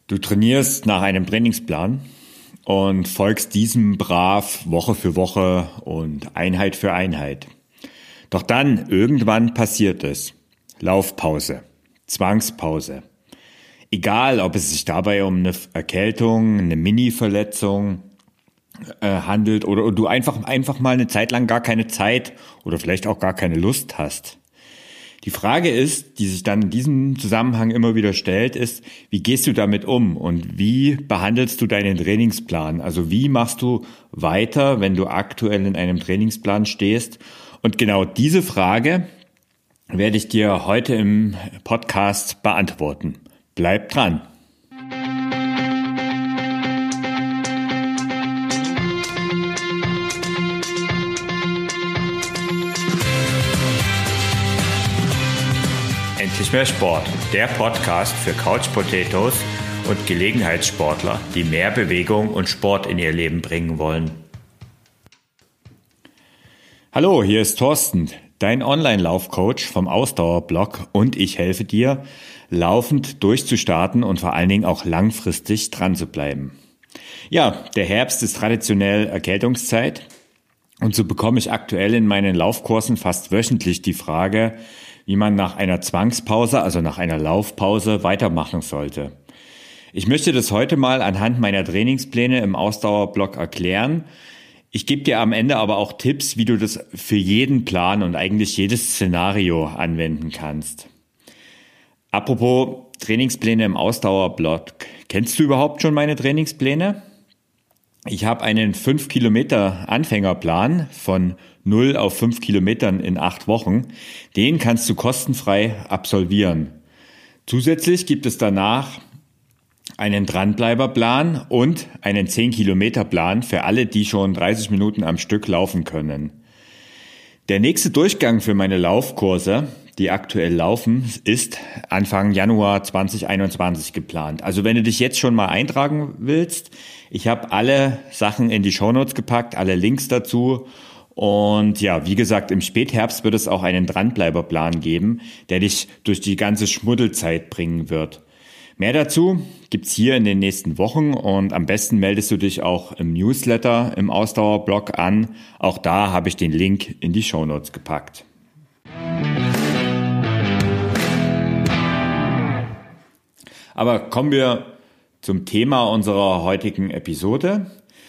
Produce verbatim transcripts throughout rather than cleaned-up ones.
Du trainierst nach einem Trainingsplan und folgst diesem brav Woche für Woche und Einheit für Einheit. Doch dann, irgendwann passiert es. Laufpause, Zwangspause. Egal, ob es sich dabei um eine Erkältung, eine Mini-Verletzung äh, handelt oder du einfach, einfach mal eine Zeit lang gar keine Zeit oder vielleicht auch gar keine Lust hast. Die Frage ist, die sich dann in diesem Zusammenhang immer wieder stellt, ist, wie gehst du damit um und wie behandelst du deinen Trainingsplan? Also wie machst du weiter, wenn du aktuell in einem Trainingsplan stehst? Und genau diese Frage werde ich dir heute im Podcast beantworten. Bleib dran! Endlich mehr Sport, der Podcast für Couch Potatoes und Gelegenheitssportler, die mehr Bewegung und Sport in ihr Leben bringen wollen. Hallo, hier ist Thorsten, dein Online-Laufcoach vom Ausdauerblog und ich helfe dir, laufend durchzustarten und vor allen Dingen auch langfristig dran zu bleiben. Ja, der Herbst ist traditionell Erkältungszeit und so bekomme ich aktuell in meinen Laufkursen fast wöchentlich die Frage, wie man nach einer Zwangspause, also nach einer Laufpause, weitermachen sollte. Ich möchte das heute mal anhand meiner Trainingspläne im Ausdauerblog erklären. Ich gebe dir am Ende aber auch Tipps, wie du das für jeden Plan und eigentlich jedes Szenario anwenden kannst. Apropos Trainingspläne im Ausdauerblog. Kennst du überhaupt schon meine Trainingspläne? Ich habe einen fünf Kilometer Anfängerplan von null auf fünf Kilometern in acht Wochen. Den kannst du kostenfrei absolvieren. Zusätzlich gibt es danach einen Dranbleiberplan und einen zehn Kilometer Plan für alle, die schon dreißig Minuten am Stück laufen können. Der nächste Durchgang für meine Laufkurse, die aktuell laufen, ist Anfang Januar zwanzig einundzwanzig geplant. Also wenn du dich jetzt schon mal eintragen willst, ich habe alle Sachen in die Shownotes gepackt, alle Links dazu. Und ja, wie gesagt, im Spätherbst wird es auch einen Dranbleiberplan geben, der dich durch die ganze Schmuddelzeit bringen wird. Mehr dazu gibt's hier in den nächsten Wochen und am besten meldest du dich auch im Newsletter im Ausdauerblog an. Auch da habe ich den Link in die Shownotes gepackt. Aber kommen wir zum Thema unserer heutigen Episode,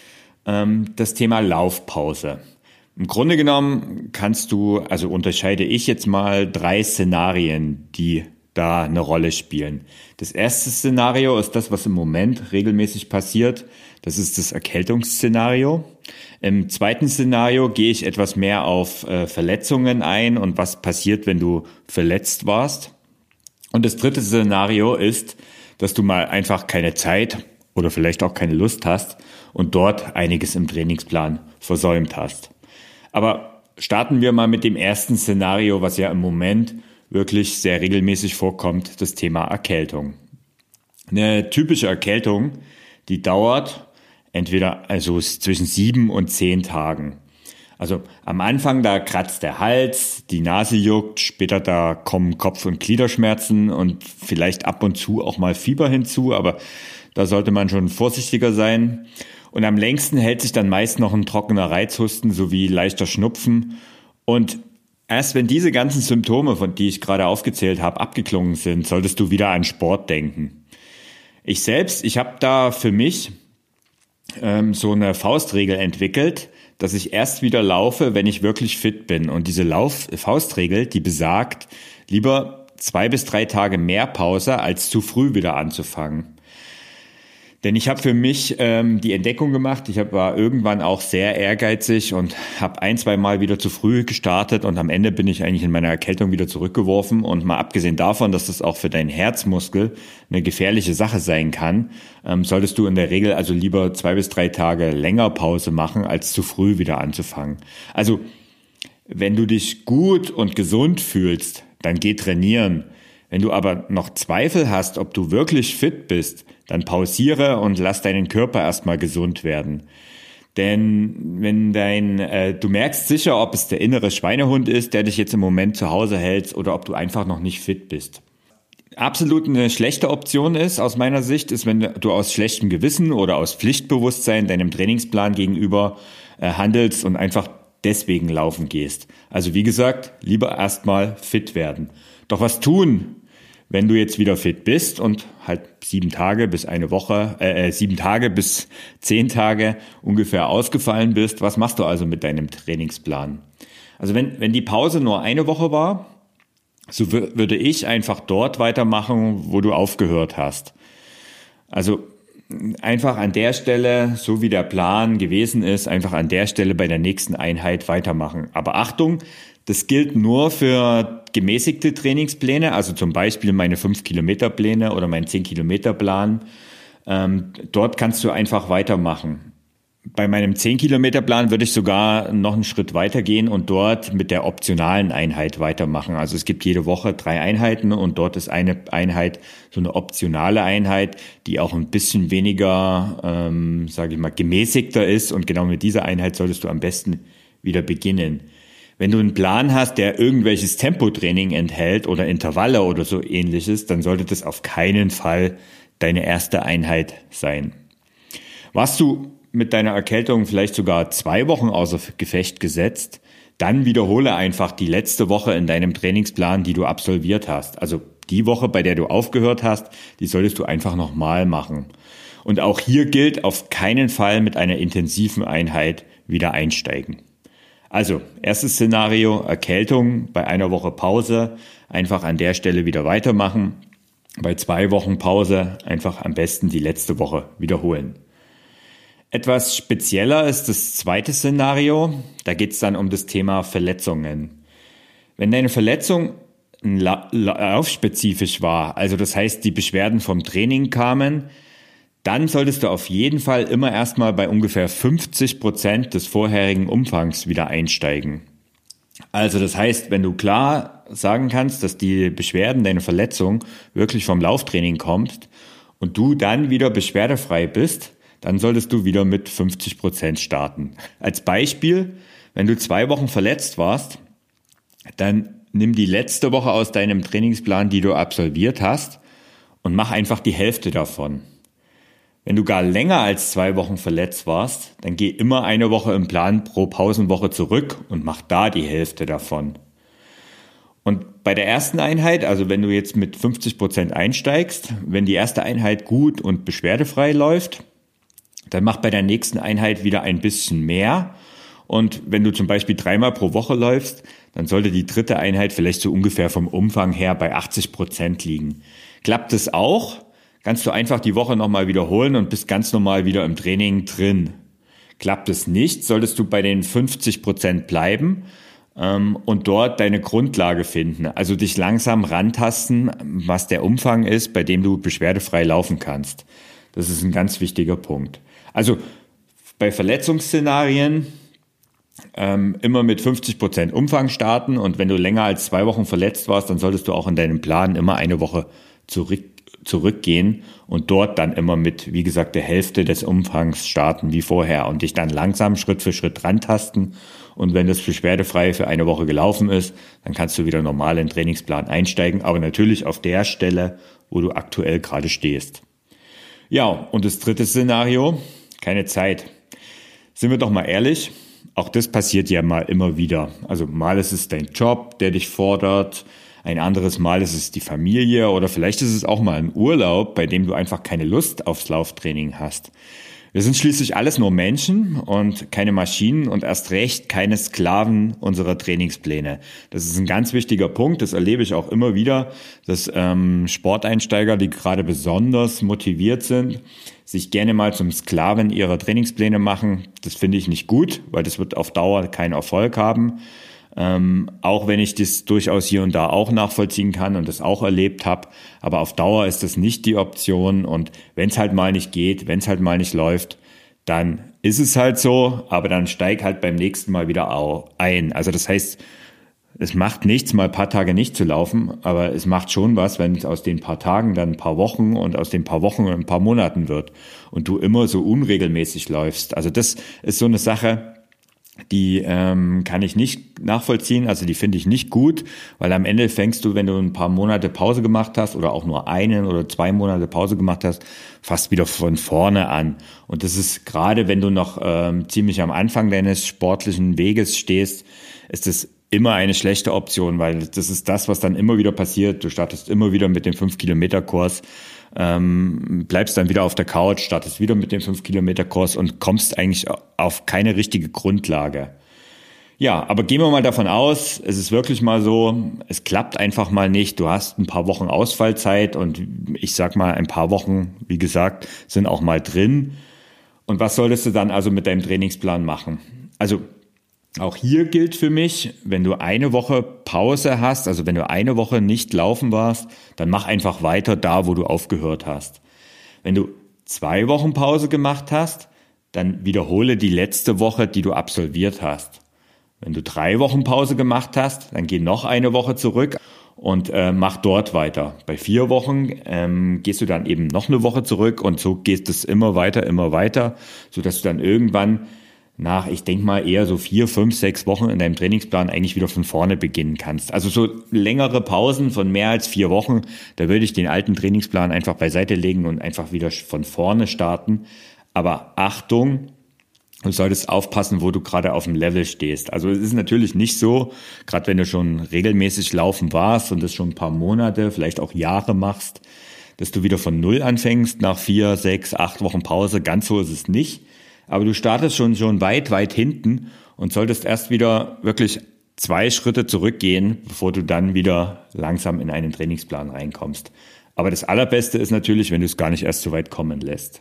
das Thema Laufpause. Im Grunde genommen kannst du, also unterscheide ich jetzt mal drei Szenarien, die da eine Rolle spielen. Das erste Szenario ist das, was im Moment regelmäßig passiert. Das ist das Erkältungsszenario. Im zweiten Szenario gehe ich etwas mehr auf äh, Verletzungen ein und was passiert, wenn du verletzt warst. Und das dritte Szenario ist, dass du mal einfach keine Zeit oder vielleicht auch keine Lust hast und dort einiges im Trainingsplan versäumt hast. Aber starten wir mal mit dem ersten Szenario, was ja im Moment wirklich sehr regelmäßig vorkommt, das Thema Erkältung. Eine typische Erkältung, die dauert entweder also zwischen sieben und zehn Tagen. Also am Anfang, da kratzt der Hals, die Nase juckt, später da kommen Kopf- und Gliederschmerzen und vielleicht ab und zu auch mal Fieber hinzu, aber da sollte man schon vorsichtiger sein. Und am längsten hält sich dann meist noch ein trockener Reizhusten sowie leichter Schnupfen. Und erst wenn diese ganzen Symptome, von die ich gerade aufgezählt habe, abgeklungen sind, solltest du wieder an Sport denken. Ich selbst, ich habe da für mich ähm, so eine Faustregel entwickelt, dass ich erst wieder laufe, wenn ich wirklich fit bin. Und diese Lauf- Faustregel, die besagt, lieber zwei bis drei Tage mehr Pause, als zu früh wieder anzufangen. Denn ich habe für mich ähm, die Entdeckung gemacht, ich hab, war irgendwann auch sehr ehrgeizig und habe ein, zwei Mal wieder zu früh gestartet und am Ende bin ich eigentlich in meiner Erkältung wieder zurückgeworfen. Und mal abgesehen davon, dass das auch für deinen Herzmuskel eine gefährliche Sache sein kann, ähm, solltest du in der Regel also lieber zwei bis drei Tage länger Pause machen, als zu früh wieder anzufangen. Also wenn du dich gut und gesund fühlst, dann geh trainieren. Wenn du aber noch Zweifel hast, ob du wirklich fit bist, dann pausiere und lass deinen Körper erstmal gesund werden. Denn wenn dein, äh, du merkst sicher, ob es der innere Schweinehund ist, der dich jetzt im Moment zu Hause hält oder ob du einfach noch nicht fit bist. absolut eine schlechte Option ist, aus meiner Sicht, ist, wenn du aus schlechtem Gewissen oder aus Pflichtbewusstsein deinem Trainingsplan gegenüber äh, handelst und einfach deswegen laufen gehst. Also wie gesagt, lieber erstmal fit werden. Doch was tun, wenn du jetzt wieder fit bist und halt sieben Tage bis eine Woche, äh, sieben Tage bis zehn Tage ungefähr ausgefallen bist? Was machst du also mit deinem Trainingsplan? Also wenn, wenn die Pause nur eine Woche war, so w- würde ich einfach dort weitermachen, wo du aufgehört hast. Also einfach an der Stelle, so wie der Plan gewesen ist, einfach an der Stelle bei der nächsten Einheit weitermachen. Aber Achtung, das gilt nur für gemäßigte Trainingspläne, also zum Beispiel meine fünf Kilometer Pläne oder mein zehn Kilometer Plan. Ähm, dort kannst du einfach weitermachen. Bei meinem zehn Kilometer Plan würde ich sogar noch einen Schritt weitergehen und dort mit der optionalen Einheit weitermachen. Also es gibt jede Woche drei Einheiten und dort ist eine Einheit so eine optionale Einheit, die auch ein bisschen weniger, ähm, sage ich mal, gemäßigter ist. Und genau mit dieser Einheit solltest du am besten wieder beginnen. Wenn du einen Plan hast, der irgendwelches Tempotraining enthält oder Intervalle oder so ähnliches, dann sollte das auf keinen Fall deine erste Einheit sein. Warst du mit deiner Erkältung vielleicht sogar zwei Wochen außer Gefecht gesetzt, dann wiederhole einfach die letzte Woche in deinem Trainingsplan, die du absolviert hast. Also die Woche, bei der du aufgehört hast, die solltest du einfach nochmal machen. Und auch hier gilt, auf keinen Fall mit einer intensiven Einheit wieder einsteigen. Also, erstes Szenario, Erkältung, bei einer Woche Pause, einfach an der Stelle wieder weitermachen. Bei zwei Wochen Pause einfach am besten die letzte Woche wiederholen. Etwas spezieller ist das zweite Szenario. Da geht es dann um das Thema Verletzungen. Wenn deine Verletzung laufspezifisch war, also das heißt, die Beschwerden vom Training kamen, dann solltest du auf jeden Fall immer erstmal bei ungefähr fünfzig Prozent des vorherigen Umfangs wieder einsteigen. Also das heißt, wenn du klar sagen kannst, dass die Beschwerden, deine Verletzung wirklich vom Lauftraining kommt und du dann wieder beschwerdefrei bist, dann solltest du wieder mit fünfzig Prozent starten. Als Beispiel, wenn du zwei Wochen verletzt warst, dann nimm die letzte Woche aus deinem Trainingsplan, die du absolviert hast, und mach einfach die Hälfte davon. Wenn du gar länger als zwei Wochen verletzt warst, dann geh immer eine Woche im Plan pro Pausenwoche zurück und mach da die Hälfte davon. Und bei der ersten Einheit, also wenn du jetzt mit fünfzig Prozent einsteigst, wenn die erste Einheit gut und beschwerdefrei läuft, dann mach bei der nächsten Einheit wieder ein bisschen mehr. Und wenn du zum Beispiel dreimal pro Woche läufst, dann sollte die dritte Einheit vielleicht so ungefähr vom Umfang her bei achtzig Prozent liegen. Klappt es auch, kannst du einfach die Woche nochmal wiederholen und bist ganz normal wieder im Training drin. Klappt es nicht, solltest du bei den fünfzig Prozent bleiben ähm, und dort deine Grundlage finden. Also dich langsam rantasten, was der Umfang ist, bei dem du beschwerdefrei laufen kannst. Das ist ein ganz wichtiger Punkt. Also bei Verletzungsszenarien ähm, immer mit fünfzig Prozent Umfang starten und wenn du länger als zwei Wochen verletzt warst, dann solltest du auch in deinem Plan immer eine Woche zurück, zurückgehen und dort dann immer mit, wie gesagt, der Hälfte des Umfangs starten wie vorher und dich dann langsam Schritt für Schritt rantasten. Und wenn das beschwerdefrei für eine Woche gelaufen ist, dann kannst du wieder normal in den Trainingsplan einsteigen, aber natürlich auf der Stelle, wo du aktuell gerade stehst. Ja, und das dritte Szenario, keine Zeit. Sind wir doch mal ehrlich, auch das passiert ja mal immer wieder. Also mal ist es dein Job, der dich fordert, ein anderes Mal ist es die Familie oder vielleicht ist es auch mal ein Urlaub, bei dem du einfach keine Lust aufs Lauftraining hast. Wir sind schließlich alles nur Menschen und keine Maschinen und erst recht keine Sklaven unserer Trainingspläne. Das ist ein ganz wichtiger Punkt, das erlebe ich auch immer wieder, dass ähm, Sporteinsteiger, die gerade besonders motiviert sind, sich gerne mal zum Sklaven ihrer Trainingspläne machen. Das finde ich nicht gut, weil das wird auf Dauer keinen Erfolg haben. Ähm, auch wenn ich das durchaus hier und da auch nachvollziehen kann und das auch erlebt habe, aber auf Dauer ist das nicht die Option und wenn es halt mal nicht geht, wenn es halt mal nicht läuft, dann ist es halt so, aber dann steig halt beim nächsten Mal wieder ein. Also das heißt, es macht nichts, mal ein paar Tage nicht zu laufen, aber es macht schon was, wenn es aus den paar Tagen dann ein paar Wochen und aus den paar Wochen ein paar Monaten wird und du immer so unregelmäßig läufst. Also das ist so eine Sache, die ähm, kann ich nicht nachvollziehen, also die finde ich nicht gut, weil am Ende fängst du, wenn du ein paar Monate Pause gemacht hast oder auch nur einen oder zwei Monate Pause gemacht hast, fast wieder von vorne an. Und das ist gerade, wenn du noch ähm, ziemlich am Anfang deines sportlichen Weges stehst, ist das immer eine schlechte Option, weil das ist das, was dann immer wieder passiert. Du startest immer wieder mit dem fünf Kilometer Kurs, ähm, bleibst dann wieder auf der Couch, startest wieder mit dem fünf Kilometer Kurs und kommst eigentlich auf keine richtige Grundlage. Ja, aber gehen wir mal davon aus, es ist wirklich mal so, es klappt einfach mal nicht. Du hast ein paar Wochen Ausfallzeit und ich sag mal, ein paar Wochen, wie gesagt, sind auch mal drin. Und was solltest du dann also mit deinem Trainingsplan machen? Also auch hier gilt für mich, wenn du eine Woche Pause hast, also wenn du eine Woche nicht laufen warst, dann mach einfach weiter da, wo du aufgehört hast. Wenn du zwei Wochen Pause gemacht hast, dann wiederhole die letzte Woche, die du absolviert hast. Wenn du drei Wochen Pause gemacht hast, dann geh noch eine Woche zurück und äh, mach dort weiter. Bei vier Wochen ähm, gehst du dann eben noch eine Woche zurück und so geht es immer weiter, immer weiter, sodass du dann irgendwann nach, ich denke mal, eher so vier, fünf, sechs Wochen in deinem Trainingsplan eigentlich wieder von vorne beginnen kannst. Also so längere Pausen von mehr als vier Wochen, da würde ich den alten Trainingsplan einfach beiseite legen und einfach wieder von vorne starten. Aber Achtung, du solltest aufpassen, wo du gerade auf dem Level stehst. Also es ist natürlich nicht so, gerade wenn du schon regelmäßig laufen warst und das schon ein paar Monate, vielleicht auch Jahre machst, dass du wieder von Null anfängst nach vier, sechs, acht Wochen Pause. Ganz so ist es nicht. Aber du startest schon schon weit, weit hinten und solltest erst wieder wirklich zwei Schritte zurückgehen, bevor du dann wieder langsam in einen Trainingsplan reinkommst. Aber das Allerbeste ist natürlich, wenn du es gar nicht erst so weit kommen lässt.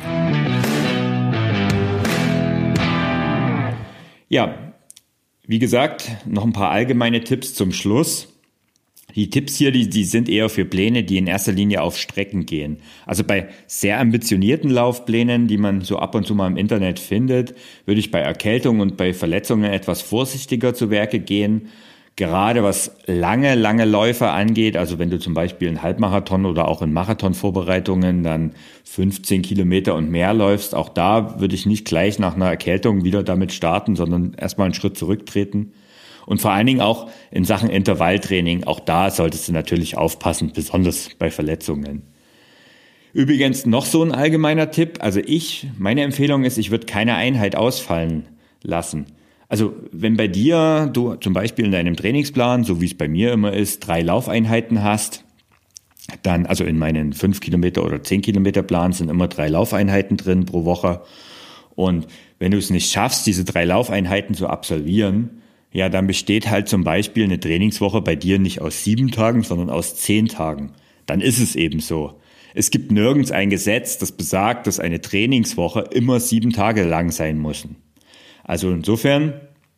Ja, wie gesagt, noch ein paar allgemeine Tipps zum Schluss. Die Tipps hier, die, die sind eher für Pläne, die in erster Linie auf Strecken gehen. Also bei sehr ambitionierten Laufplänen, die man so ab und zu mal im Internet findet, würde ich bei Erkältung und bei Verletzungen etwas vorsichtiger zu Werke gehen. Gerade was lange, lange Läufe angeht, also wenn du zum Beispiel einen Halbmarathon oder auch in Marathonvorbereitungen dann fünfzehn Kilometer und mehr läufst, auch da würde ich nicht gleich nach einer Erkältung wieder damit starten, sondern erstmal einen Schritt zurücktreten. Und vor allen Dingen auch in Sachen Intervalltraining, auch da solltest du natürlich aufpassen, besonders bei Verletzungen. Übrigens noch so ein allgemeiner Tipp, also ich, meine Empfehlung ist, ich würde keine Einheit ausfallen lassen. Also wenn bei dir, du zum Beispiel in deinem Trainingsplan, so wie es bei mir immer ist, drei Laufeinheiten hast, dann, also in meinen fünf Kilometer oder zehn Kilometer Plan sind immer drei Laufeinheiten drin pro Woche. Und wenn du es nicht schaffst, diese drei Laufeinheiten zu absolvieren, ja, dann besteht halt zum Beispiel eine Trainingswoche bei dir nicht aus sieben Tagen, sondern aus zehn Tagen. Dann ist es eben so. Es gibt nirgends ein Gesetz, das besagt, dass eine Trainingswoche immer sieben Tage lang sein muss. Also insofern,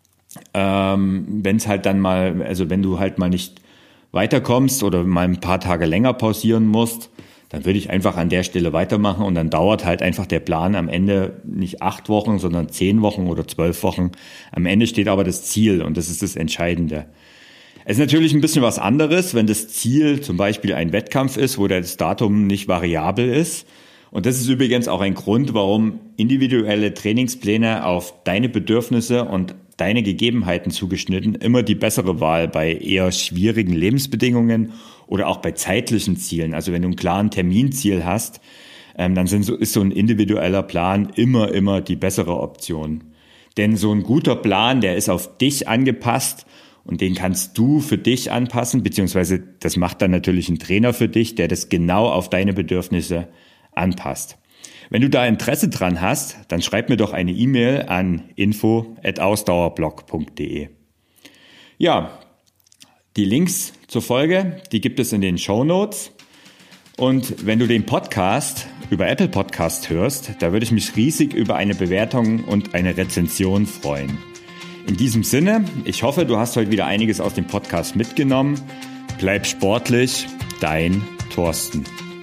ähm, wenn es halt dann mal, also wenn du halt mal nicht weiterkommst oder mal ein paar Tage länger pausieren musst, dann würde ich einfach an der Stelle weitermachen und dann dauert halt einfach der Plan am Ende nicht acht Wochen, sondern zehn Wochen oder zwölf Wochen. Am Ende steht aber das Ziel und das ist das Entscheidende. Es ist natürlich ein bisschen was anderes, wenn das Ziel zum Beispiel ein Wettkampf ist, wo das Datum nicht variabel ist. Und das ist übrigens auch ein Grund, warum individuelle Trainingspläne auf deine Bedürfnisse und deine Gegebenheiten zugeschnitten immer die bessere Wahl bei eher schwierigen Lebensbedingungen oder auch bei zeitlichen Zielen. Also wenn du einen klaren Terminziel hast, ähm, dann sind so, ist so ein individueller Plan immer, immer die bessere Option. Denn so ein guter Plan, der ist auf dich angepasst und den kannst du für dich anpassen, beziehungsweise das macht dann natürlich ein Trainer für dich, der das genau auf deine Bedürfnisse anpasst. Wenn du da Interesse dran hast, dann schreib mir doch eine E-Mail an info at ausdauerblog punkt de. Ja, die Links zur Folge, die gibt es in den Shownotes. Und wenn du den Podcast über Apple Podcast hörst, da würde ich mich riesig über eine Bewertung und eine Rezension freuen. In diesem Sinne, ich hoffe, du hast heute wieder einiges aus dem Podcast mitgenommen. Bleib sportlich, dein Thorsten.